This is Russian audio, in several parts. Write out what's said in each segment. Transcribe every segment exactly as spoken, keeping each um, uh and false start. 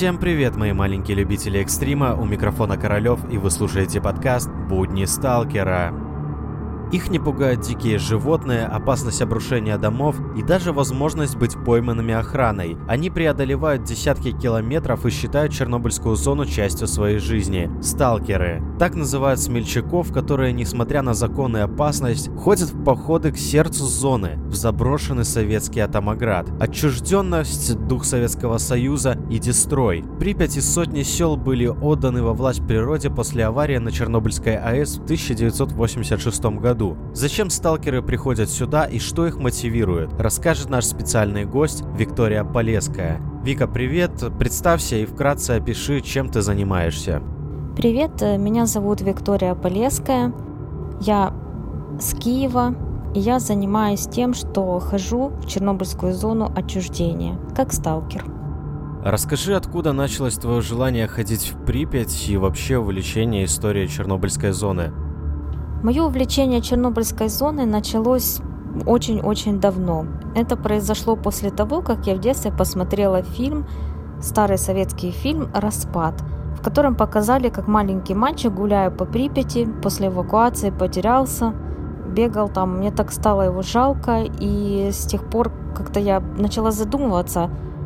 Всем привет, мои маленькие любители экстрима, у микрофона Королёв, и вы слушаете подкаст «Будни сталкера». Их не пугают дикие животные, опасность обрушения домов и даже возможность быть пойманными охраной. Они преодолевают десятки километров и считают Чернобыльскую зону частью своей жизни. Сталкеры. Так называют смельчаков, которые, несмотря на законы и опасность, ходят в походы к сердцу зоны, в заброшенный советский Атомоград. Отчужденность, дух Советского Союза и дестрой. Припять и сотни сел были отданы во власть природе после аварии на Чернобыльской АЭС в тысяча девятьсот восемьдесят шестом году. Зачем сталкеры приходят сюда и что их мотивирует, расскажет наш специальный гость Виктория Полесская. Вика, привет, представься и вкратце опиши, чем ты занимаешься. Привет, меня зовут Виктория Полесская, я с Киева, и я занимаюсь тем, что хожу в Чернобыльскую зону отчуждения, как сталкер. Расскажи, откуда началось твое желание ходить в Припять и вообще увлечение историей Чернобыльской зоны? Мое увлечение Чернобыльской зоной началось очень-очень давно. Это произошло после того, как я в детстве посмотрела фильм, старый советский фильм «Распад», в котором показали, как маленький мальчик, гуляя по Припяти, после эвакуации потерялся, бегал там. Мне так стало его жалко, и с тех пор как-то я начала задумываться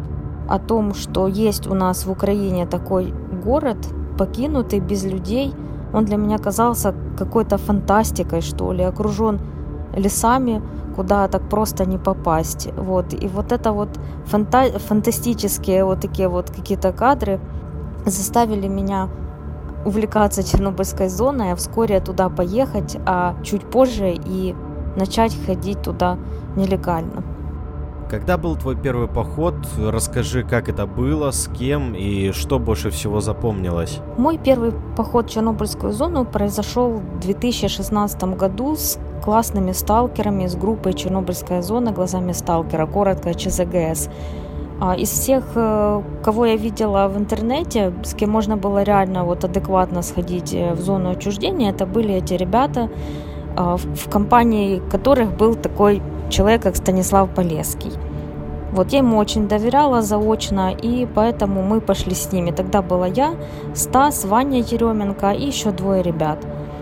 о том, что есть у нас в Украине такой город, покинутый, без людей. Он для меня казался какой-то фантастикой, что ли, окружен лесами, куда так просто не попасть. Вот. И вот это вот фанта- фантастические вот такие вот какие-то кадры заставили меня увлекаться Чернобыльской зоной, а вскоре туда поехать, а чуть позже и начать ходить туда нелегально. Когда был твой первый поход? Расскажи, как это было, с кем и что больше всего запомнилось. Мой первый поход в Чернобыльскую зону произошел в две тысячи шестнадцатом году с классными сталкерами, с группой «Чернобыльская зона. Глазами сталкера», коротко ЧЗГС. Из всех, кого я видела в интернете, с кем можно было реально вот адекватно сходить в зону отчуждения, это были эти ребята, в компании которых был такой человек, как Станислав Полесский. Вот я ему очень доверяла заочно, и поэтому мы пошли с ними. Тогда была я, Стас, Ваня Еременко и еще двое ребят.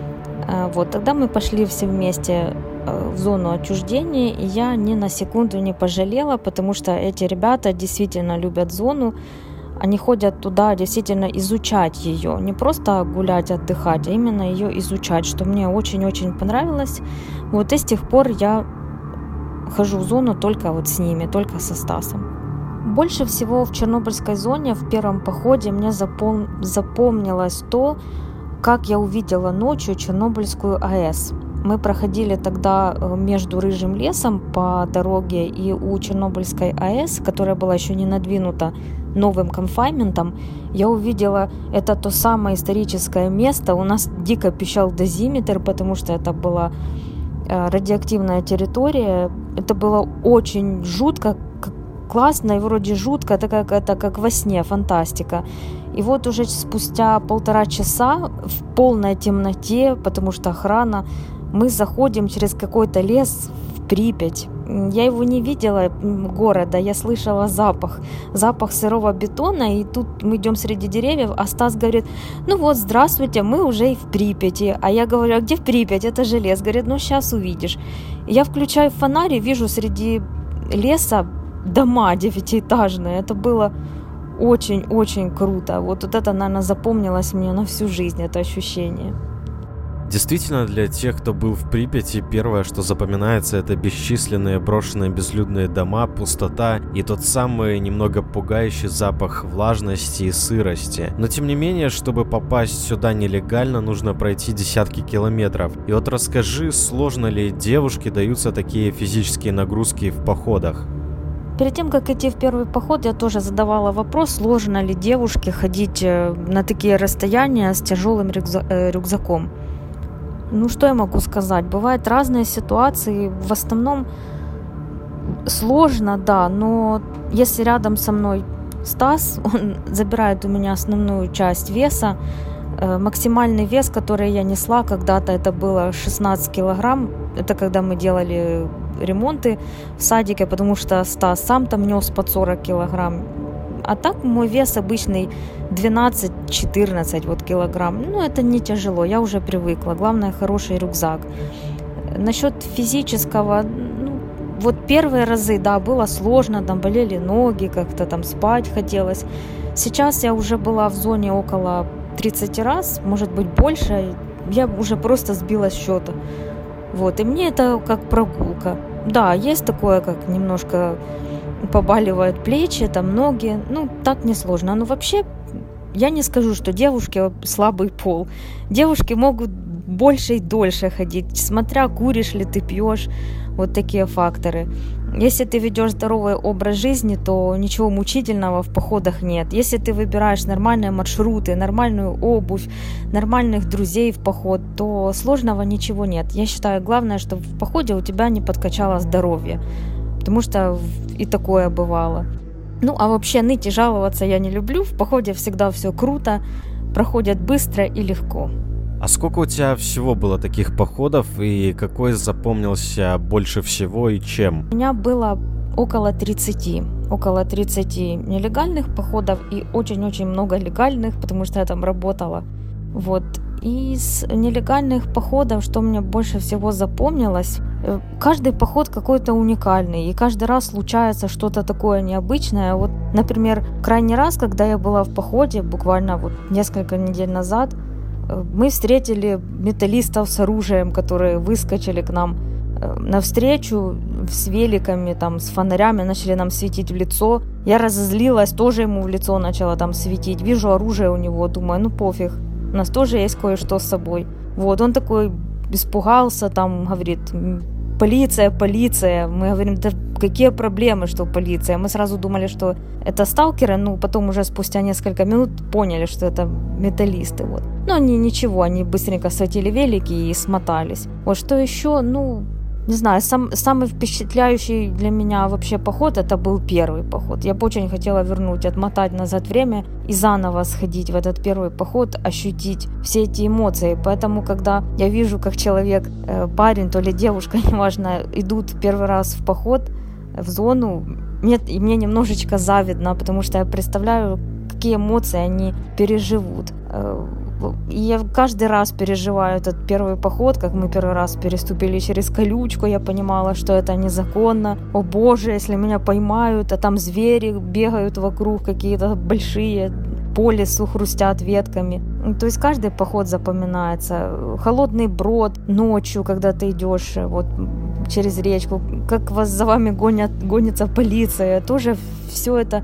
Вот тогда мы пошли все вместе в зону отчуждения, и я ни на секунду не пожалела, потому что эти ребята действительно любят зону. Они ходят туда действительно изучать ее, не просто гулять, отдыхать, а именно ее изучать, что мне очень-очень понравилось. Вот и с тех пор я хожу в зону только вот с ними, только со Стасом. Больше всего в Чернобыльской зоне в первом походе мне запом... запомнилось то, как я увидела ночью Чернобыльскую АЭС. Мы проходили тогда между Рыжим лесом по дороге, и у Чернобыльской АЭС, которая была еще не надвинута новым конфайнментом, я увидела это то самое историческое место. У нас дико пищал дозиметр, потому что это была радиоактивная территория. Это было очень жутко, классно и вроде жутко, это как, это как во сне, фантастика. И вот уже спустя полтора часа в полной темноте, потому что охрана, мы заходим через какой-то лес в Припять. Я его не видела, города, я слышала запах, запах сырого бетона, и тут мы идем среди деревьев, а Стас говорит: ну вот, здравствуйте, мы уже и в Припяти. А я говорю: а где в Припять? Это же лес. Говорит: ну сейчас увидишь. Я включаю фонарь и вижу среди леса дома девятиэтажные. Это было очень-очень круто. Вот, вот это, наверное, запомнилось мне на всю жизнь, это ощущение. Действительно, для тех, кто был в Припяти, первое, что запоминается, это бесчисленные брошенные безлюдные дома, пустота и тот самый немного пугающий запах влажности и сырости. Но тем не менее, чтобы попасть сюда нелегально, нужно пройти десятки километров. И вот расскажи, сложно ли девушке даются такие физические нагрузки в походах? Перед тем, как идти в первый поход, я тоже задавала вопрос, сложно ли девушке ходить на такие расстояния с тяжелым рюкза- рюкзаком. Ну, что я могу сказать? Бывают разные ситуации. В основном сложно, да, но если рядом со мной Стас, он забирает у меня основную часть веса. Максимальный вес, который я несла когда-то, это было шестнадцать килограмм. Это когда мы делали ремонты в садике, потому что Стас сам там нес под сорок килограмм. А так мой вес обычный двенадцать-четырнадцать вот килограмм. Ну, это не тяжело, я уже привыкла. Главное, хороший рюкзак. Насчет физического, ну, вот первые разы, да, было сложно, там болели ноги, как-то там спать хотелось. Сейчас я уже была в зоне около тридцать раз, может быть больше, я уже просто сбила с счета. Вот, и мне это как прогулка. Да, есть такое, как немножко побаливают плечи, там ноги, ну, так несложно. Но вообще, я не скажу, что девушки слабый пол. Девушки могут больше и дольше ходить, смотря куришь ли ты, пьешь, вот такие факторы. Если ты ведешь здоровый образ жизни, то ничего мучительного в походах нет. Если ты выбираешь нормальные маршруты, нормальную обувь, нормальных друзей в поход, то сложного ничего нет. Я считаю, главное, чтобы в походе у тебя не подкачало здоровье, потому что и такое бывало. Ну, а вообще ныть и жаловаться я не люблю. В походе всегда все круто, проходят быстро и легко. А сколько у тебя всего было таких походов, и какой запомнился больше всего и чем? У меня было около тридцати. Около тридцати нелегальных походов и очень-очень много легальных, потому что я там работала. Вот. Из нелегальных походов, что мне больше всего запомнилось, каждый поход какой-то уникальный, и каждый раз случается что-то такое необычное. Вот, например, крайний раз, когда я была в походе, буквально вот несколько недель назад, мы встретили металлистов с оружием, которые выскочили к нам навстречу с великами, там, с фонарями, начали нам светить в лицо. Я разозлилась, тоже ему в лицо начала там светить. Вижу оружие у него, думаю, ну пофиг, у нас тоже есть кое-что с собой. Вот, он такой испугался, там, говорит, полиция, полиция. Мы говорим, да какие проблемы, что полиция? Мы сразу думали, что это сталкеры, ну, потом уже спустя несколько минут поняли, что это металлисты, вот. Но они ничего, они быстренько схватили велики и смотались. Вот что еще, ну, не знаю, сам, самый впечатляющий для меня вообще поход, это был первый поход. Я бы очень хотела вернуть, отмотать назад время и заново сходить в этот первый поход, ощутить все эти эмоции. Поэтому, когда я вижу, как человек, парень, то ли девушка, неважно, идут первый раз в поход, в зону, мне, и мне немножечко завидно, потому что я представляю, какие эмоции они переживут. И я каждый раз переживаю этот первый поход, как мы первый раз переступили через колючку, я понимала, что это незаконно. О боже, если меня поймают, а там звери бегают вокруг, какие-то большие, по лесу хрустят ветками. То есть каждый поход запоминается. Холодный брод ночью, когда ты идешь вот через речку, как вас за вами гонят, гонится полиция, тоже все это...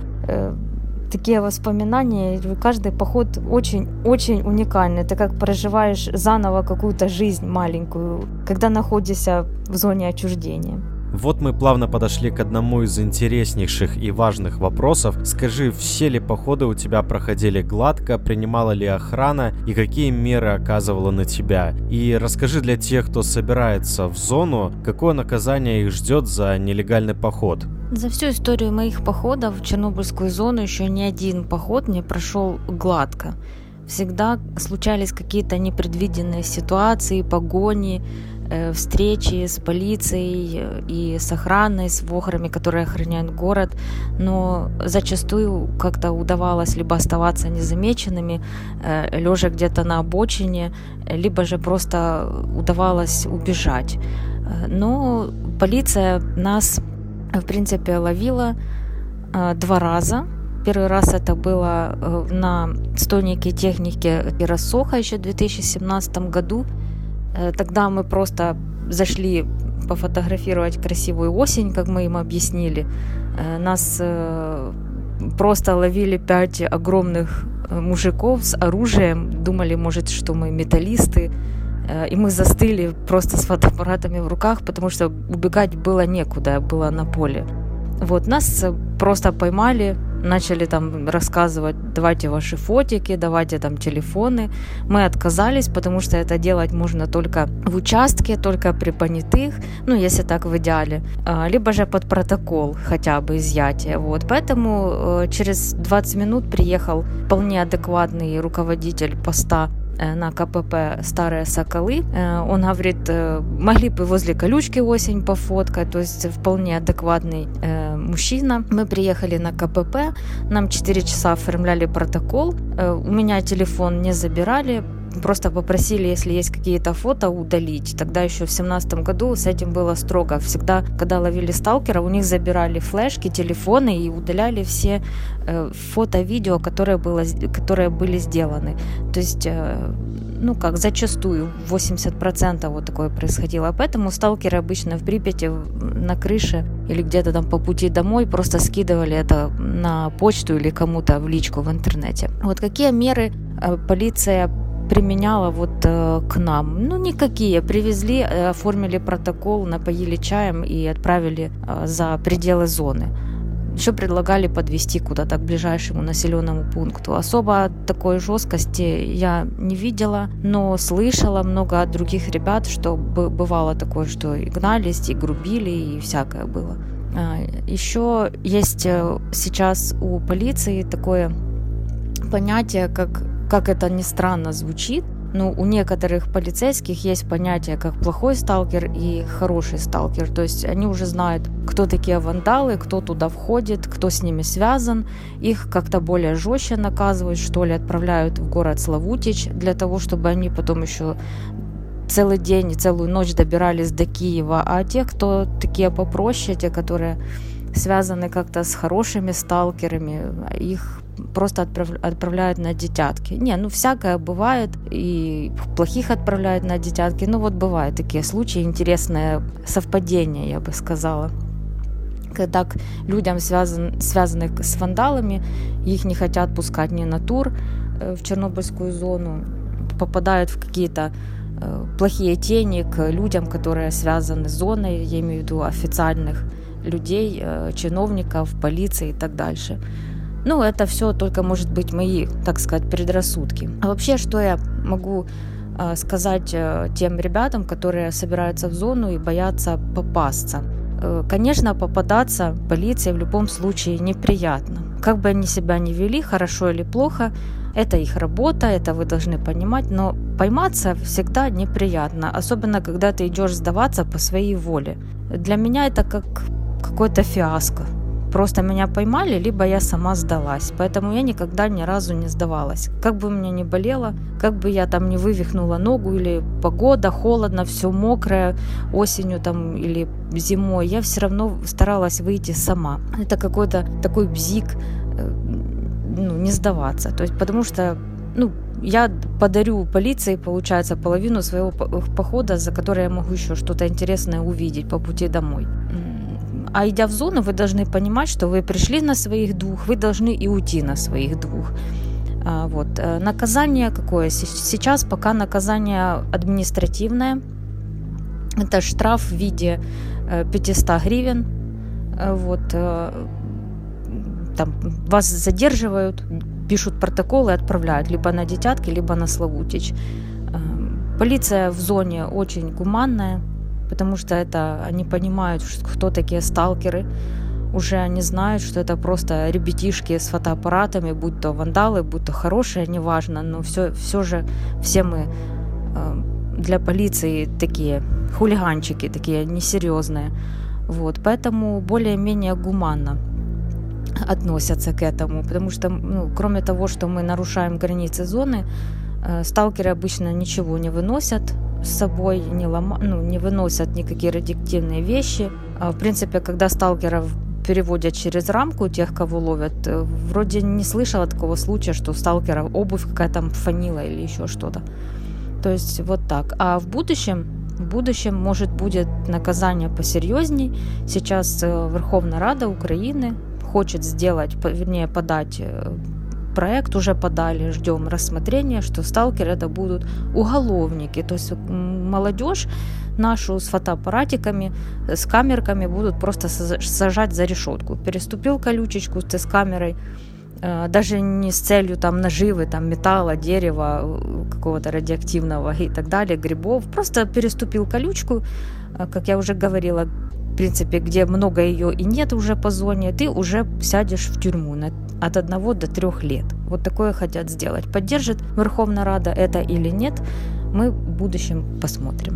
Такие воспоминания, каждый поход очень-очень уникальный. Ты как проживаешь заново какую-то жизнь маленькую, когда находишься в зоне отчуждения. Вот мы плавно подошли к одному из интереснейших и важных вопросов. Скажи, все ли походы у тебя проходили гладко, принимала ли охрана и какие меры оказывала на тебя? И расскажи для тех, кто собирается в зону, какое наказание их ждет за нелегальный поход? За всю историю моих походов в Чернобыльскую зону еще ни один поход не прошел гладко. Всегда случались какие-то непредвиденные ситуации, погони, э, встречи с полицией и с охраной, с вохрами, которые охраняют город. Но зачастую как-то удавалось либо оставаться незамеченными, э, лежа где-то на обочине, либо же просто удавалось убежать. Но полиция нас, в принципе, ловила э, два раза. Первый раз это было э, на стойнике техники Рассоха еще в две тысячи семнадцатом году. Э, тогда мы просто зашли пофотографировать красивую осень, как мы им объяснили. Э, нас э, просто ловили пять огромных мужиков с оружием. Думали, может, что мы металлисты. Э, и мы застыли просто с фотоаппаратами в руках, потому что убегать было некуда, было на поле. Вот, нас просто поймали, начали там рассказывать, давайте ваши фотики, давайте там телефоны. Мы отказались, потому что это делать можно только в участке, только при понятых, ну, если так в идеале, либо же под протокол хотя бы изъятия. Вот. Поэтому через двадцать минут приехал вполне адекватный руководитель поста на КПП «Старые Соколы». Он говорит, могли бы возле колючки осень пофоткать, то есть вполне адекватный мужчина. Мы приехали на КПП, нам четыре часа оформляли протокол, у меня телефон не забирали, просто попросили, если есть какие-то фото, удалить. Тогда еще в семнадцатом году с этим было строго. Всегда, когда ловили сталкера, у них забирали флешки, телефоны и удаляли все э, фото, видео, которые, было, которые были сделаны. То есть, э, ну как, зачастую восемьдесят процентов вот такое происходило. Поэтому сталкеры обычно в Припяти на крыше или где-то там по пути домой просто скидывали это на почту или кому-то в личку в интернете. Вот какие меры э, полиция применяла вот э, к нам? Ну, никакие. Привезли, э, оформили протокол, напоили чаем и отправили э, за пределы зоны. Еще предлагали подвезти куда-то к ближайшему населенному пункту. Особо такой жесткости я не видела, но слышала много от других ребят, что бывало такое, что и гнались, и грубили, и всякое было. Еще есть сейчас у полиции такое понятие, как Как это ни странно звучит, но у некоторых полицейских есть понятие, как плохой сталкер и хороший сталкер. То есть они уже знают, кто такие вандалы, кто туда входит, кто с ними связан. Их как-то более жестче наказывают, что ли, отправляют в город Славутич для того, чтобы они потом еще целый день, целую ночь добирались до Киева. А те, кто такие попроще, те, которые связаны как-то с хорошими сталкерами, их просто отправ... отправляют на детятки. Не, ну всякое бывает, и плохих отправляют на детятки. Ну вот бывают такие случаи, интересное совпадение, я бы сказала. Когда к людям, связан... связанных с вандалами, их не хотят пускать ни на тур в Чернобыльскую зону, попадают в какие-то плохие тени к людям, которые связаны с зоной, я имею в виду официальных людей, чиновников, полиции и так дальше. Ну, это все только, может быть, мои, так сказать, предрассудки. А вообще, что я могу э, сказать э, тем ребятам, которые собираются в зону и боятся попасться? Э, конечно, попадаться полиции в любом случае неприятно. Как бы они себя ни вели, хорошо или плохо, это их работа, это вы должны понимать, но пойматься всегда неприятно, особенно когда ты идешь сдаваться по своей воле. Для меня это как какое-то фиаско. Просто меня поймали, либо я сама сдалась. Поэтому я никогда ни разу не сдавалась. Как бы у меня ни болело, как бы я там не вывихнула ногу, или погода, холодно, все мокрое, осенью там или зимой, я все равно старалась выйти сама. Это какой-то такой бзик, ну, не сдаваться. То есть, потому что, ну, я подарю полиции, получается, половину своего похода, за который я могу еще что-то интересное увидеть по пути домой. А идя в зону, вы должны понимать, что вы пришли на своих двух, вы должны и уйти на своих двух. А, вот. Наказание какое? Сейчас пока наказание административное. Это штраф в виде пятьсот гривен. Вот. Там вас задерживают, пишут протоколы и отправляют либо на детятки, либо на Славутич. Полиция в зоне очень гуманная, потому что это они понимают, кто такие сталкеры. Уже они знают, что это просто ребятишки с фотоаппаратами, будь то вандалы, будь то хорошие, неважно, но все, все же все мы э, для полиции такие хулиганчики, такие несерьезные. Вот, поэтому более-менее гуманно относятся к этому, потому что, ну, кроме того, что мы нарушаем границы зоны, э, сталкеры обычно ничего не выносят с собой, не, лома... ну, не выносят никакие радиоактивные вещи. В принципе, когда сталкеров переводят через рамку, тех, кого ловят, вроде не слышала такого случая, что у сталкеров обувь какая-то фанила или еще что-то. То есть вот так. А в будущем, в будущем, может, будет наказание посерьезней. Сейчас Верховная Рада Украины хочет сделать, вернее, подать проект, уже подали, ждем рассмотрения, что сталкеры это будут уголовники, то есть молодежь нашу с фотоаппаратиками, с камерками будут просто сажать за решетку. Переступил колючечку ты с камерой, даже не с целью там наживы, там металла, дерева, какого-то радиоактивного и так далее, грибов, просто переступил колючку, как я уже говорила, в принципе, где много ее и нет уже по зоне, ты уже сядешь в тюрьму на, от одного до трех лет. вот такое хотят сделать. Поддержит Верховная Рада это или нет, мы в будущем посмотрим.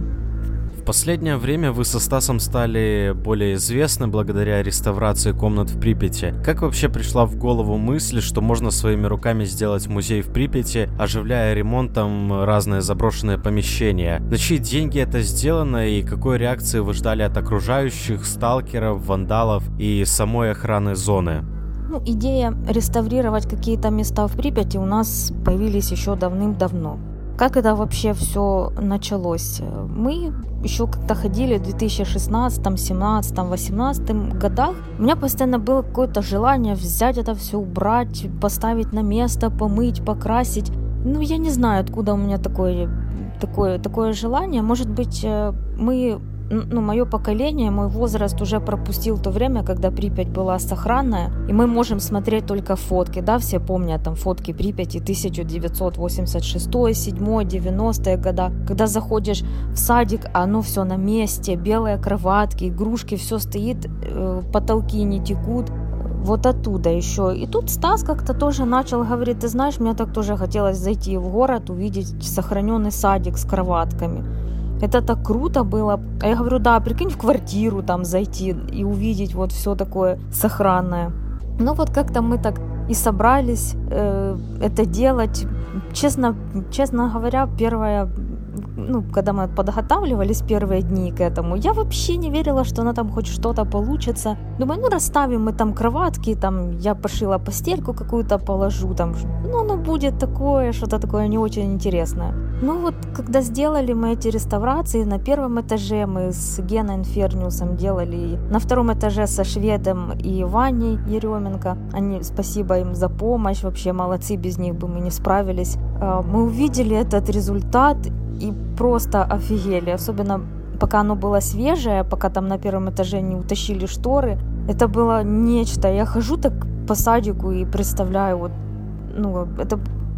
В последнее время вы со Стасом стали более известны благодаря реставрации комнат в Припяти. Как вообще пришла в голову мысль, что можно своими руками сделать музей в Припяти, оживляя ремонтом разные заброшенные помещения? На чьи деньги это сделано и какой реакции вы ждали от окружающих, сталкеров, вандалов и самой охраны зоны? Ну, идея реставрировать какие-то места в Припяти у нас появились еще давным-давно. Как это вообще все началось? Мы еще как-то ходили в две тысячи шестнадцатом, семнадцатом, восемнадцатом годах. У меня постоянно было какое-то желание взять это все, убрать, поставить на место, помыть, покрасить. Ну, я не знаю, откуда у меня такое, такое, такое желание. Может быть, мы... Ну, мое поколение, мой возраст уже пропустил то время, когда Припять была сохранная, и мы можем смотреть только фотки, да, все помнят там фотки Припяти тысяча девятьсот восемьдесят шестой, седьмой, девяностые года, когда заходишь в садик, а оно все на месте, белые кроватки, игрушки, все стоит, э, потолки не текут, вот оттуда еще. И тут Стас как-то тоже начал говорить, ты знаешь, мне так тоже хотелось зайти в город, увидеть сохраненный садик с кроватками. Это так круто было. А я говорю, да, прикинь, в квартиру там зайти и увидеть вот все такое сохранное. Ну вот как-то мы так и собрались э, это делать. Честно, честно говоря, первое, ну, когда мы подготавливались первые дни к этому, я вообще не верила, что на там хоть что-то получится. Думаю, ну расставим мы там кроватки, там я пошила постельку какую-то положу, там, ну оно будет такое, что-то такое не очень интересное. Ну вот, когда сделали мы эти реставрации, на первом этаже мы с Геной Инферниусом делали, на втором этаже со Шведом и Ваней Еременко. Они, спасибо им за помощь, вообще молодцы, без них бы мы не справились. Мы увидели этот результат и просто офигели, особенно пока оно было свежее, пока там на первом этаже не утащили шторы. Это было нечто. Я хожу так по садику и представляю, вот, ну, это...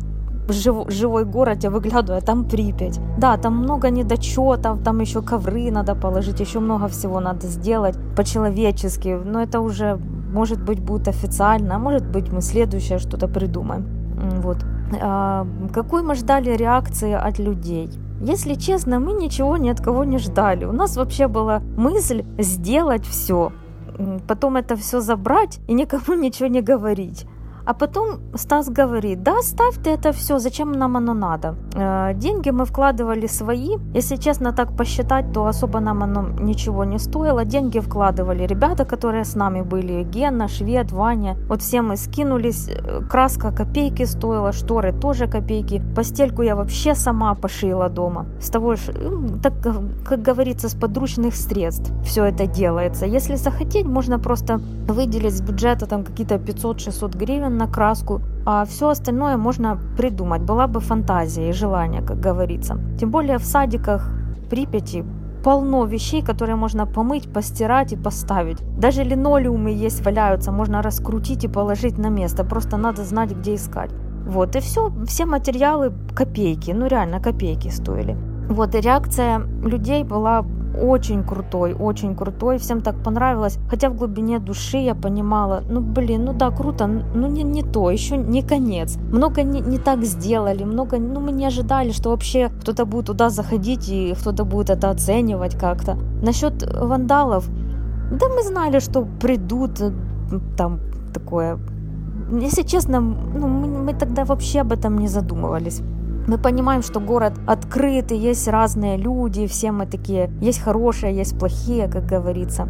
Жив, живой город, я выглядываю, а там Припять. Да, там много недочетов, там еще ковры надо положить, еще много всего надо сделать по-человечески. Но это уже, может быть, будет официально, а может быть, мы следующее что-то придумаем. Вот. А, какой мы ждали реакции от людей? Если честно, мы ничего ни от кого не ждали. У нас вообще была мысль сделать все, потом это все забрать и никому ничего не говорить. А потом Стас говорит, да, ставь ты это все, зачем нам оно надо? Э, деньги мы вкладывали свои, если честно так посчитать, то особо нам оно ничего не стоило. Деньги вкладывали ребята, которые с нами были, Гена, Швед, Ваня. Вот все мы скинулись, краска копейки стоила, шторы тоже копейки. Постельку я вообще сама пошила дома. С того же, так, как говорится, с подручных средств все это делается. Если захотеть, можно просто выделить с бюджета там какие-то пятьсот-шестьсот гривен на краску, а все остальное можно придумать. Была бы фантазия и желание, как говорится. Тем более в садиках Припяти полно вещей, которые можно помыть, постирать и поставить. Даже линолеумы есть, валяются, можно раскрутить и положить на место. Просто надо знать, где искать. Вот, и все, все материалы копейки, ну реально копейки стоили. Вот, и реакция людей была очень крутой, очень крутой, всем так понравилось, хотя в глубине души я понимала, ну блин, ну да, круто, ну не, не то, еще не конец, много не, не так сделали, много, ну мы не ожидали, что вообще кто-то будет туда заходить и кто-то будет это оценивать как-то. Насчет вандалов, да мы знали, что придут, там такое, если честно, ну мы, мы тогда вообще об этом не задумывались. Мы понимаем, что город открытый, есть разные люди, все мы такие, есть хорошие, есть плохие, как говорится.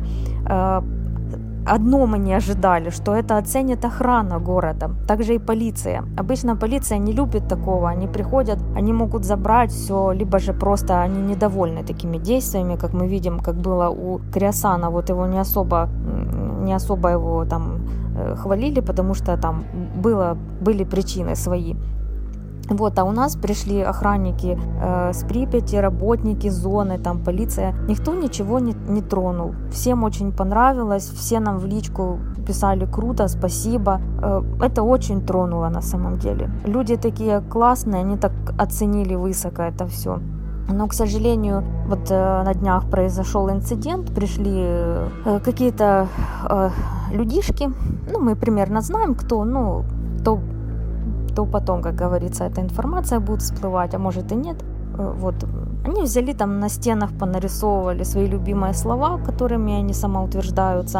Одно мы не ожидали, что это оценит охрана города, также и полиция. Обычно полиция не любит такого, они приходят, они могут забрать все, либо же просто они недовольны такими действиями, как мы видим, как было у Криосана, вот его не особо, не особо его там хвалили, потому что там было, были причины свои. Вот, а у нас пришли охранники э, с Припяти, работники зоны, там полиция. Никто ничего не, не тронул. Всем очень понравилось, все нам в личку писали круто, спасибо. Э, это очень тронуло на самом деле. Люди такие классные, они так оценили высоко это все. Но, к сожалению, вот э, на днях произошел инцидент, пришли э, какие-то э, людишки, ну, мы примерно знаем, кто, ну, то то потом, как говорится, эта информация будет всплывать, а может и нет. Вот. Они взяли там на стенах, понарисовывали свои любимые слова, которыми они самоутверждаются.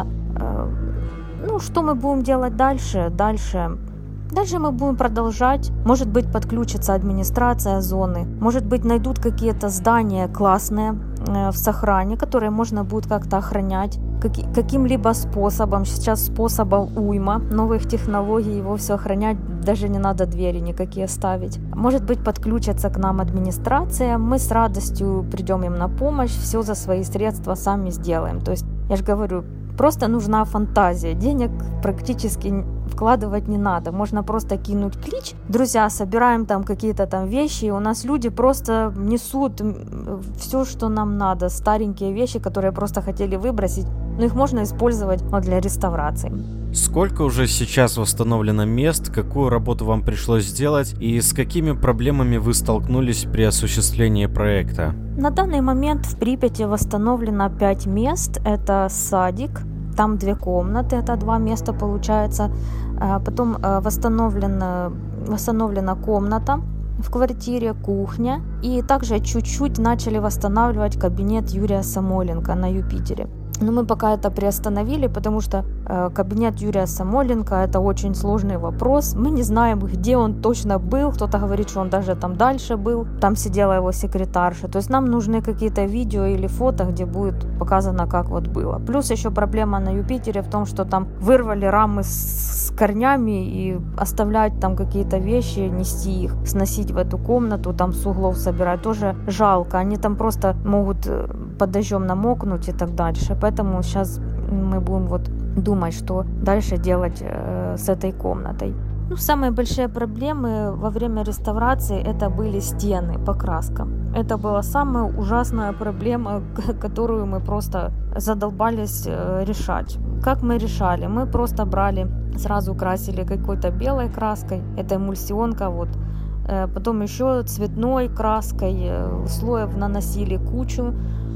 Ну, что мы будем делать дальше? Дальше... Дальше мы будем продолжать. Может быть, подключится администрация зоны. Может быть, найдут какие-то здания классные э, в сохране, которые можно будет как-то охранять. Каки- каким-либо способом. Сейчас способов уйма. Новых технологий, его все охранять. Даже не надо двери никакие ставить. Может быть, подключится к нам администрация. Мы с радостью придем им на помощь. Все за свои средства сами сделаем. То есть, я же говорю, просто нужна фантазия. Денег практически вкладывать не надо. Можно просто кинуть клич. Друзья, собираем там какие-то там вещи. И у нас люди просто несут все, что нам надо. Старенькие вещи, которые просто хотели выбросить. Но их можно использовать для реставрации. Сколько уже сейчас восстановлено мест, какую работу вам пришлось сделать и с какими проблемами вы столкнулись при осуществлении проекта? На данный момент в Припяти восстановлено пять мест. Это садик, там две комнаты, это два места получается. Потом восстановлена, восстановлена комната в квартире, кухня. И также чуть-чуть начали восстанавливать кабинет Юрия Самойленко на Юпитере. Но мы пока это приостановили, потому что э, кабинет Юрия Самойленко – это очень сложный вопрос. Мы не знаем, где он точно был. Кто-то говорит, что он даже там дальше был. Там сидела его секретарша. То есть нам нужны какие-то видео или фото, где будет показано, как вот было. Плюс еще проблема на Юпитере в том, что там вырвали рамы с, с корнями и оставлять там какие-то вещи, нести их, сносить в эту комнату, там с углов собирать. Тоже жалко. Они там просто могут под дождем намокнуть и так дальше. Поэтому сейчас мы будем вот думать, что дальше делать э, с этой комнатой. Ну, самые большие проблемы во время реставрации это были стены, покраска. Это была самая ужасная проблема, которую мы просто задолбались э, решать. Как мы решали? Мы просто брали, сразу красили какой-то белой краской, это эмульсионка, вот. Э, потом еще цветной краской, э, слоев наносили кучу.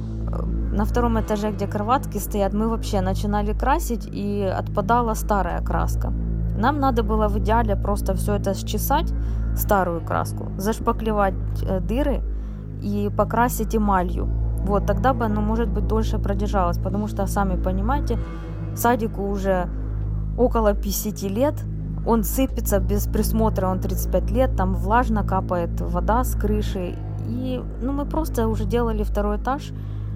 На втором этаже, где кроватки стоят, мы вообще начинали красить, и отпадала старая краска. Нам надо было в идеале просто все это счесать, старую краску, зашпаклевать дыры и покрасить эмалью. Вот, тогда бы оно, может быть, дольше продержалось, потому что, сами понимаете, садику уже около пятьдесят лет, он сыпется без присмотра, он тридцать пять лет, там влажно капает вода с крыши. И ну, мы просто уже делали второй этаж,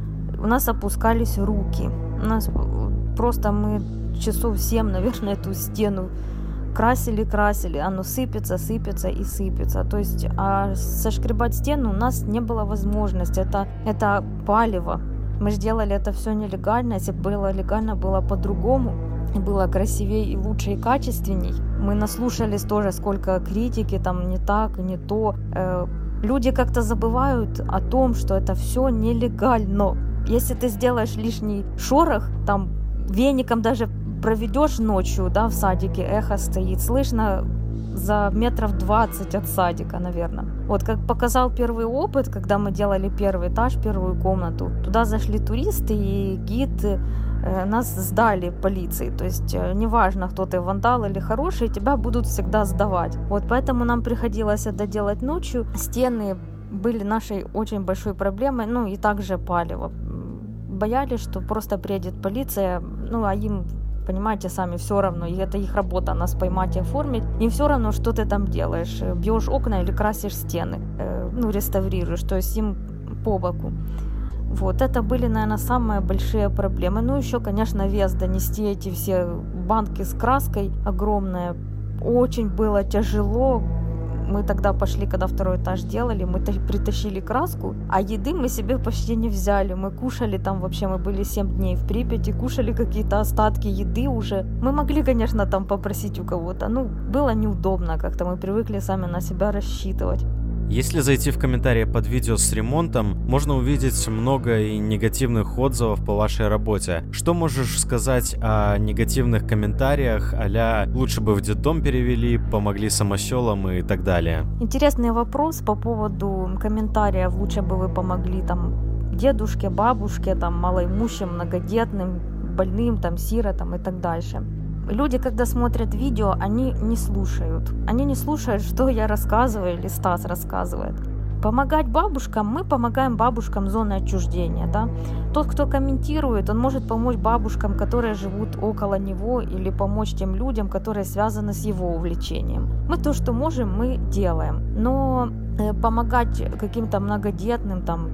у нас опускались руки. У нас просто мы часов семь, наверное, эту стену красили-красили. Оно сыпется, сыпется и сыпется. То есть а сошкребать стену у нас не было возможности. Это, это палево. Мы же делали это все нелегально. Если бы было легально, было по-другому. И было красивее и лучше, и качественней. Мы наслушались тоже, сколько критики, там не так, не то. Люди как-то забывают о том, что это все нелегально. Если ты сделаешь лишний шорох, там веником даже проведешь ночью, да, в садике, эхо стоит, слышно за метров двадцать от садика, наверное. Вот как показал первый опыт, когда мы делали первый этаж, первую комнату, туда зашли туристы, и гид э, нас сдали полиции. То есть э, неважно, кто ты, вандал или хороший, тебя будут всегда сдавать. Вот поэтому нам приходилось это делать ночью. Стены были нашей очень большой проблемой, ну и также палево. Боялись, что просто приедет полиция, ну а им, понимаете, сами все равно, и это их работа, нас поймать и оформить. Им все равно, что ты там делаешь, бьешь окна или красишь стены, э, ну реставрируешь, то есть им по боку. Вот, это были, наверное, самые большие проблемы. Ну еще, конечно, вес, донести эти все банки с краской огромные, очень было тяжело. Мы тогда пошли, когда второй этаж делали, мы притащили краску, а еды мы себе почти не взяли. Мы кушали там вообще, мы были семь дней в Припяти, кушали какие-то остатки еды уже. Мы могли, конечно, там попросить у кого-то, ну, было неудобно как-то, мы привыкли сами на себя рассчитывать. Если зайти в комментарии под видео с ремонтом, можно увидеть много и негативных отзывов по вашей работе. Что можешь сказать о негативных комментариях, а-ля «лучше бы в детдом перевели», «помогли самосёлам» и так далее? Интересный вопрос по поводу комментариев «лучше бы вы помогли там дедушке, бабушке, там малоимущим, многодетным, больным, там сиротам» и так дальше. Люди, когда смотрят видео, они не слушают. Они не слушают, что я рассказываю или Стас рассказывает. Помогать бабушкам, мы помогаем бабушкам зоны отчуждения. Да? Тот, кто комментирует, он может помочь бабушкам, которые живут около него, или помочь тем людям, которые связаны с его увлечением. Мы то, что можем, мы делаем. Но э, помогать каким-то многодетным, там,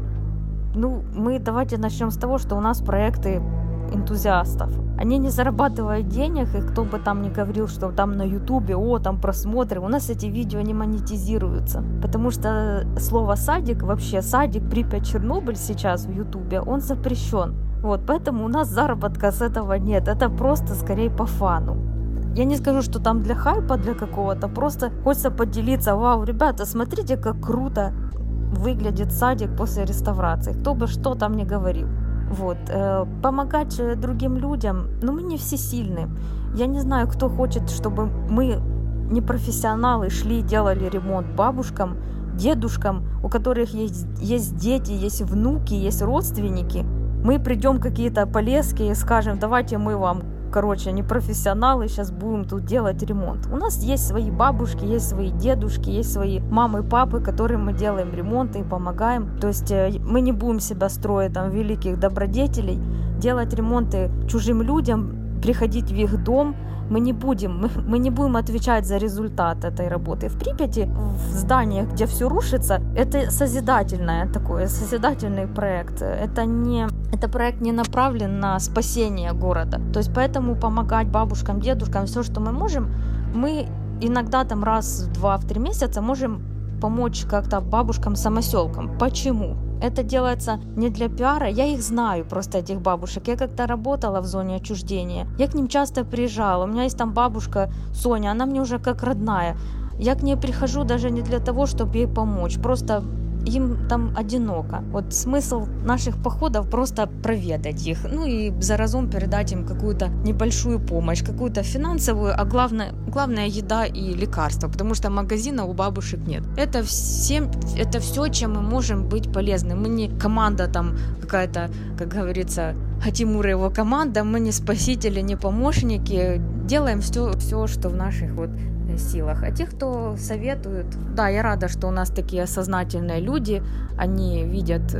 ну, мы давайте начнем с того, что у нас проекты энтузиастов. Они не зарабатывают денег, и кто бы там ни говорил, что там на ютубе, о, там просмотры, у нас эти видео не монетизируются, потому что слово садик, вообще садик Припять-Чернобыль сейчас в ютубе, он запрещен. Вот, поэтому у нас заработка с этого нет, это просто скорее по фану. Я не скажу, что там для хайпа, для какого-то, просто хочется поделиться, вау, ребята, смотрите, как круто выглядит садик после реставрации, кто бы что там ни говорил. Вот. Помогать другим людям, ну мы не всесильны. Я не знаю, кто хочет, чтобы мы, непрофессионалы, шли, делали ремонт бабушкам, дедушкам, у которых есть, есть дети, есть внуки, есть родственники. Мы придем какие-то полезки и скажем, давайте мы вам, короче, непрофессионалы, сейчас будем тут делать ремонт. У нас есть свои бабушки, есть свои дедушки, есть свои мамы, папы, которым мы делаем ремонт и помогаем. То есть мы не будем себя строить там великих добродетелей, делать ремонты чужим людям, приходить в их дом. Мы не будем, мы, мы не будем отвечать за результат этой работы. В Припяти, в зданиях, где все рушится, это созидательное такое, созидательный проект. Это не, это проект не направлен на спасение города. То есть поэтому помогать бабушкам, дедушкам, все, что мы можем, мы иногда там раз в два, в три месяца можем помочь как-то бабушкам-самоселкам. Почему? Это делается не для пиара, я их знаю просто, этих бабушек. Я как-то работала в зоне отчуждения, я к ним часто приезжала. У меня есть там бабушка Соня, она мне уже как родная. Я к ней прихожу даже не для того, чтобы ей помочь, просто им там одиноко. Вот смысл наших походов просто проведать их, ну и заразом передать им какую-то небольшую помощь, какую-то финансовую, а главное, главное еда и лекарства, потому что магазина у бабушек нет. Это всем, это все, чем мы можем быть полезны. Мы не команда там какая-то, как говорится, Хатимур и его команда, мы не спасители, не помощники, делаем все, все, что в наших вот силах. А те, кто советуют, да, я рада, что у нас такие сознательные люди, они видят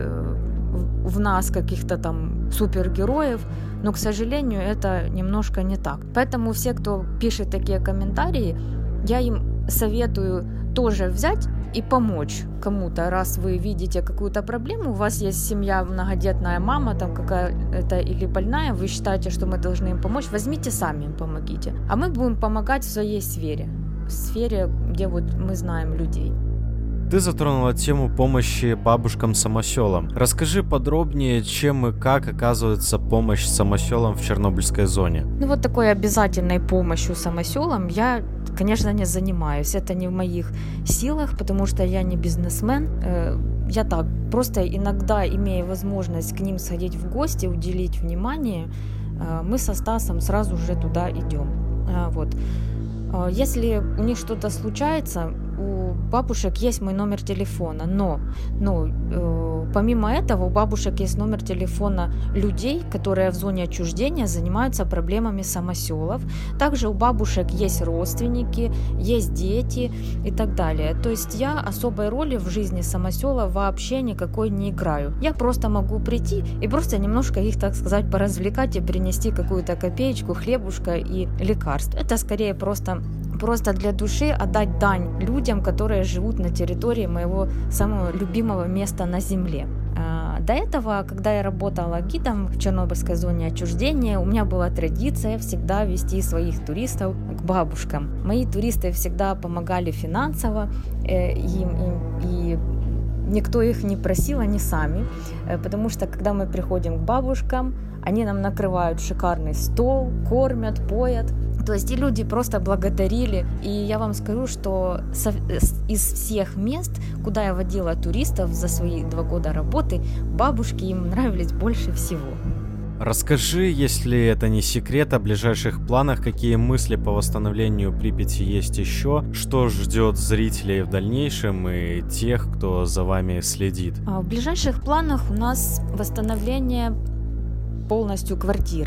в нас каких-то там супергероев, но, к сожалению, это немножко не так. Поэтому все, кто пишет такие комментарии, я им советую тоже взять и помочь кому-то, раз вы видите какую-то проблему, у вас есть семья, многодетная мама, там какая-то или больная, вы считаете, что мы должны им помочь, возьмите сами им помогите. А мы будем помогать в своей сфере, в сфере, где вот мы знаем людей. Ты затронула тему помощи бабушкам-самоселам. Расскажи подробнее, чем и как оказывается помощь самоселам в Чернобыльской зоне. Ну вот такой обязательной помощью самоселам я, конечно, не занимаюсь. Это не в моих силах, потому что я не бизнесмен. Я так, просто иногда, имея возможность к ним сходить в гости, уделить внимание, мы со Стасом сразу же туда идем. Вот. Если у них что-то случается, у бабушек есть мой номер телефона, но, но э, помимо этого у бабушек есть номер телефона людей, которые в зоне отчуждения занимаются проблемами самоселов. Также у бабушек есть родственники, есть дети и так далее. То есть я особой роли в жизни самосела вообще никакой не играю. Я просто могу прийти и просто немножко их, так сказать, поразвлекать и принести какую-то копеечку, хлебушка и лекарств. Это скорее просто... просто для души отдать дань людям, которые живут на территории моего самого любимого места на земле. До этого, когда я работала гидом в Чернобыльской зоне отчуждения, у меня была традиция всегда вести своих туристов к бабушкам. Мои туристы всегда помогали финансово, им, им, и никто их не просил, они сами, потому что когда мы приходим к бабушкам, они нам накрывают шикарный стол, кормят, поят. То есть и люди просто благодарили. И я вам скажу, что из всех мест, куда я водила туристов за свои два года работы, бабушки им нравились больше всего. Расскажи, если это не секрет, о ближайших планах, какие мысли по восстановлению Припяти есть еще, что ждет зрителей в дальнейшем и тех, кто за вами следит. В ближайших планах у нас восстановление полностью квартиры.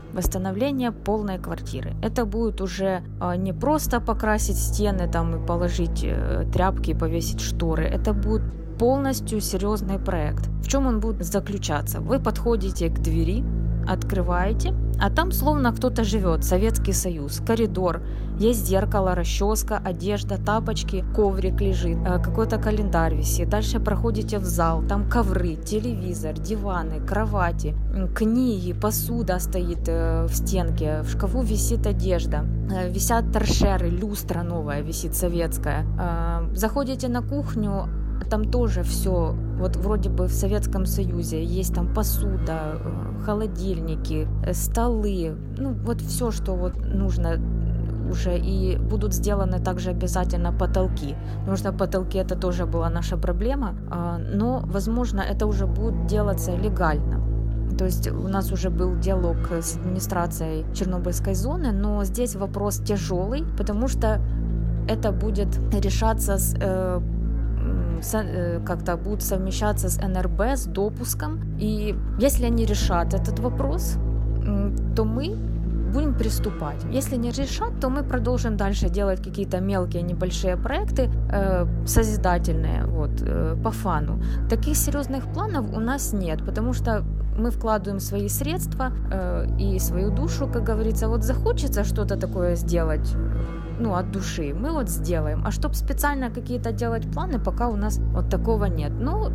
восстановление полной квартиры. Это будет уже не просто покрасить стены там и положить тряпки и повесить шторы. Это будет полностью серьезный проект. В чем он будет заключаться? Вы подходите к двери, открываете, а там словно кто-то живет, Советский Союз, коридор, есть зеркало, расческа, одежда, тапочки, коврик лежит, какой-то календарь висит. Дальше проходите в зал, там ковры, телевизор, диваны, кровати, книги, посуда стоит в стенке, в шкафу висит одежда, висят торшеры, люстра новая висит, советская. Заходите на кухню, там тоже все, вот вроде бы в Советском Союзе, есть там посуда, холодильники, столы, ну вот все, что вот нужно уже, и будут сделаны также обязательно потолки, потому что потолки это тоже была наша проблема, но, возможно, это уже будет делаться легально. То есть у нас уже был диалог с администрацией Чернобыльской зоны, но здесь вопрос тяжелый, потому что это будет решаться с как-то будут совмещаться с эн эр бэ, с допуском. И если они решат этот вопрос, то мы будем приступать. Если не решат, то мы продолжим дальше делать какие-то мелкие, небольшие проекты, э, созидательные, вот, э, по фану. Таких серьезных планов у нас нет, потому что мы вкладываем свои средства э, и свою душу, как говорится. Вот захочется что-то такое сделать, ну, от души, мы вот сделаем. А чтобы специально какие-то делать планы, пока у нас вот такого нет. Ну,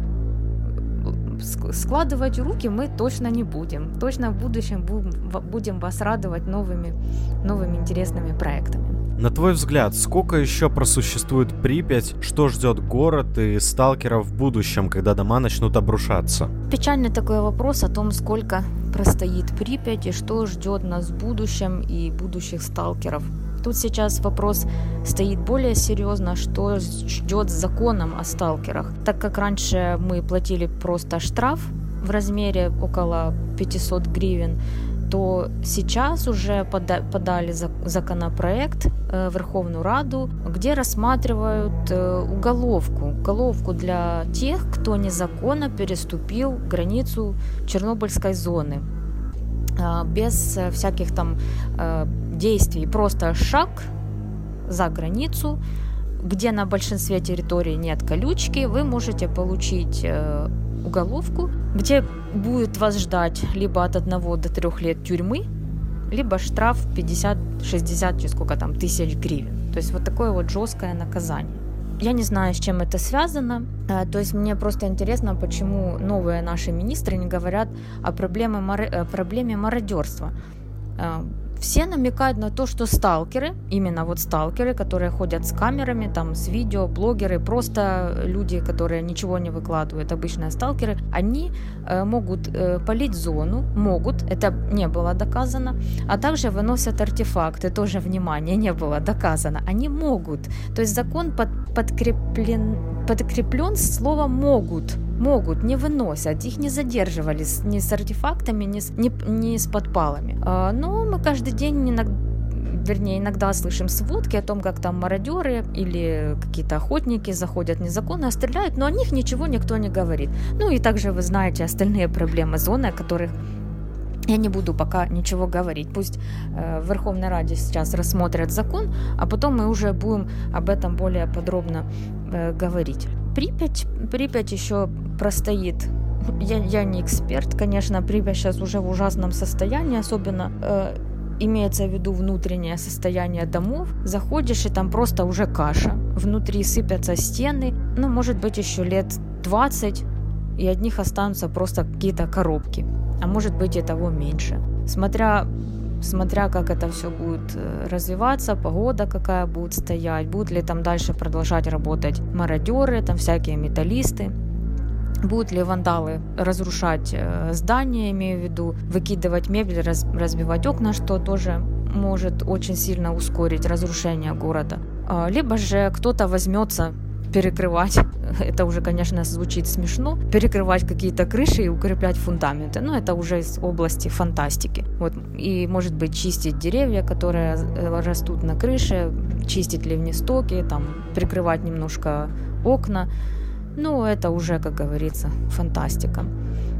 складывать руки мы точно не будем. Точно в будущем будем вас радовать новыми, новыми интересными проектами. На твой взгляд, сколько еще просуществует Припять, что ждет город и сталкеров в будущем, когда дома начнут обрушаться? Печальный такой вопрос о том, сколько простоит Припять и что ждет нас в будущем и будущих сталкеров. Тут сейчас вопрос стоит более серьезно, что ждет законом о сталкерах. Так как раньше мы платили просто штраф в размере около пятьсот гривен, то сейчас уже подали законопроект в Верховную Раду, где рассматривают уголовку, уголовку для тех, кто незаконно переступил границу Чернобыльской зоны. Без всяких там действий, просто шаг за границу, где на большинстве территорий нет колючки, вы можете получить уголовку, где будет вас ждать либо от одного до трех лет тюрьмы, либо штраф пятьдесят-шестьдесят сколько там тысяч гривен. То есть вот такое вот жесткое наказание. Я не знаю, с чем это связано. То есть мне просто интересно, почему новые наши министры не говорят о проблеме, о проблеме мародерства. Все намекают на то, что сталкеры, именно вот сталкеры, которые ходят с камерами, там, с видео, блогеры, просто люди, которые ничего не выкладывают, обычные сталкеры, они э, могут э, палить зону, могут, это не было доказано, а также выносят артефакты, тоже, внимание, не было доказано, они могут, то есть закон под, подкреплен, подкреплен словом «могут», могут, не выносят, их не задерживали ни с артефактами, ни с, ни, ни с подпалами. А, но мы каждый день, иногда, вернее, иногда слышим сводки о том, как там мародеры или какие-то охотники заходят незаконно, стреляют, но о них ничего никто не говорит. Ну и также вы знаете остальные проблемы зоны, о которых я не буду пока ничего говорить. Пусть э, в Верховной Раде сейчас рассмотрят закон, а потом мы уже будем об этом более подробно э, говорить. Припять, Припять еще простоит. Я, я не эксперт, конечно, Припять сейчас уже в ужасном состоянии, особенно э, имеется в виду внутреннее состояние домов. Заходишь, и там просто уже каша. Внутри сыпятся стены. Ну, может быть, еще лет двадцать, и от них останутся просто какие-то коробки. А может быть, и того меньше. Смотря... Смотря как это все будет развиваться, погода какая будет стоять, будут ли там дальше продолжать работать мародеры, там всякие металлисты, будут ли вандалы разрушать здания, имею в виду, выкидывать мебель, раз, разбивать окна, что тоже может очень сильно ускорить разрушение города. Либо же кто-то возьмется перекрывать, это уже, конечно, звучит смешно, перекрывать какие-то крыши и укреплять фундаменты, но это уже из области фантастики. Вот. И, может быть, чистить деревья, которые растут на крыше, чистить ливнестоки, там, прикрывать немножко окна, ну, это уже, как говорится, фантастика.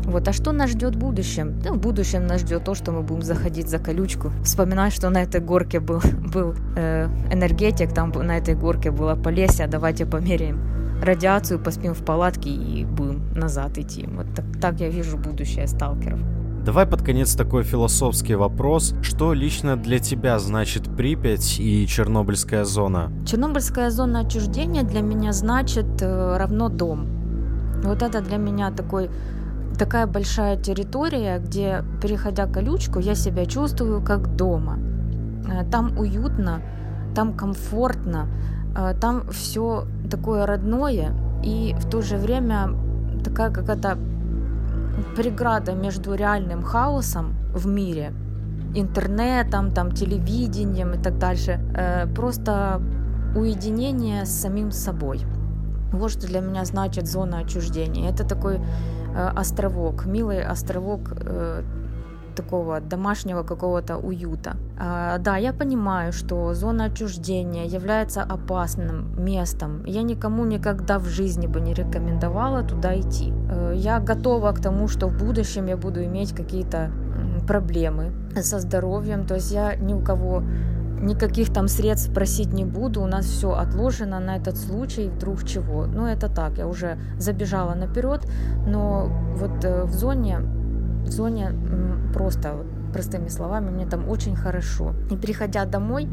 Вот, а что нас ждет в будущем? Да, в будущем нас ждет то, что мы будем заходить за колючку, вспоминать, что на этой горке был, был э, энергетик, там на этой горке было Полесье, давайте померяем радиацию, поспим в палатке и будем назад идти. Вот так, так я вижу будущее сталкеров. Давай под конец такой философский вопрос. Что лично для тебя значит Припять и Чернобыльская зона? Чернобыльская зона отчуждения для меня значит э, равно дом. Вот это для меня такой, такая большая территория, где, переходя колючку, я себя чувствую как дома. Э, там уютно, там комфортно, э, там все такое родное и в то же время такая какая-то преграда между реальным хаосом в мире, интернетом, там, телевидением и так дальше, э, просто уединение с самим собой. Вот что для меня значит зона отчуждения. Это такой э, островок, милый островок э, такого домашнего какого-то уюта. А, да, я понимаю, что зона отчуждения является опасным местом. Я никому никогда в жизни бы не рекомендовала туда идти. Я готова к тому, что в будущем я буду иметь какие-то проблемы со здоровьем. То есть я ни у кого никаких там средств просить не буду. У нас все отложено на этот случай, вдруг чего. Ну, это так, я уже забежала наперед. Но вот в зоне В зоне просто, вот, простыми словами, мне там очень хорошо. И приходя домой,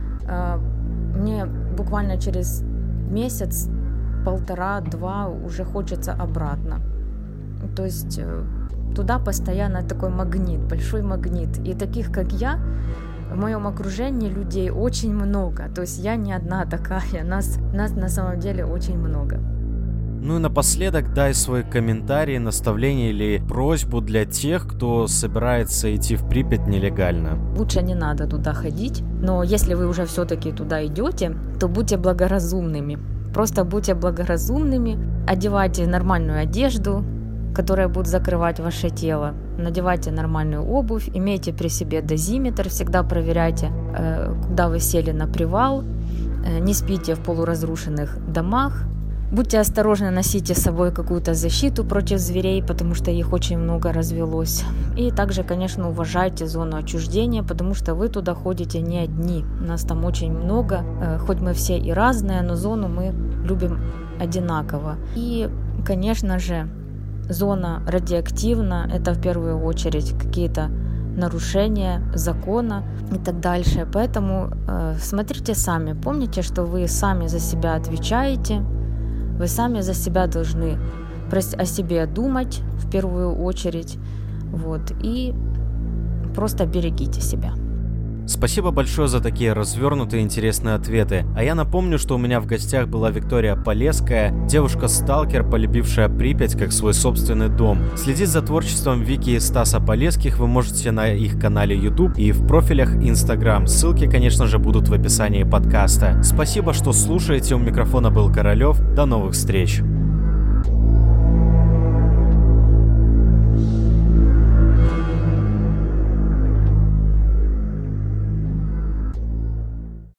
мне буквально через месяц, полтора-два уже хочется обратно. То есть туда постоянно такой магнит, большой магнит. И таких, как я, в моем окружении людей очень много. То есть я не одна такая, нас, нас на самом деле очень много. Ну и напоследок дай свой комментарий, наставление или просьбу для тех, кто собирается идти в Припять нелегально. Лучше не надо туда ходить, но если вы уже все-таки туда идете, то будьте благоразумными. Просто будьте благоразумными, одевайте нормальную одежду, которая будет закрывать ваше тело, надевайте нормальную обувь, имейте при себе дозиметр, всегда проверяйте, куда вы сели на привал, не спите в полуразрушенных домах. Будьте осторожны, носите с собой какую-то защиту против зверей, потому что их очень много развелось. И также, конечно, уважайте зону отчуждения, потому что вы туда ходите не одни. Нас там очень много, хоть мы все и разные, но зону мы любим одинаково. И, конечно же, зона радиоактивна, это в первую очередь какие-то нарушения закона и так дальше. Поэтому э, смотрите сами, помните, что вы сами за себя отвечаете. Вы сами за себя должны о себе думать в первую очередь, вот, и просто берегите себя. Спасибо большое за такие развернутые интересные ответы. А я напомню, что у меня в гостях была Виктория Полесская, девушка-сталкер, полюбившая Припять как свой собственный дом. Следить за творчеством Вики и Стаса Полесских вы можете на их канале YouTube и в профилях Instagram. Ссылки, конечно же, будут в описании подкаста. Спасибо, что слушаете. У микрофона был Королёв. До новых встреч.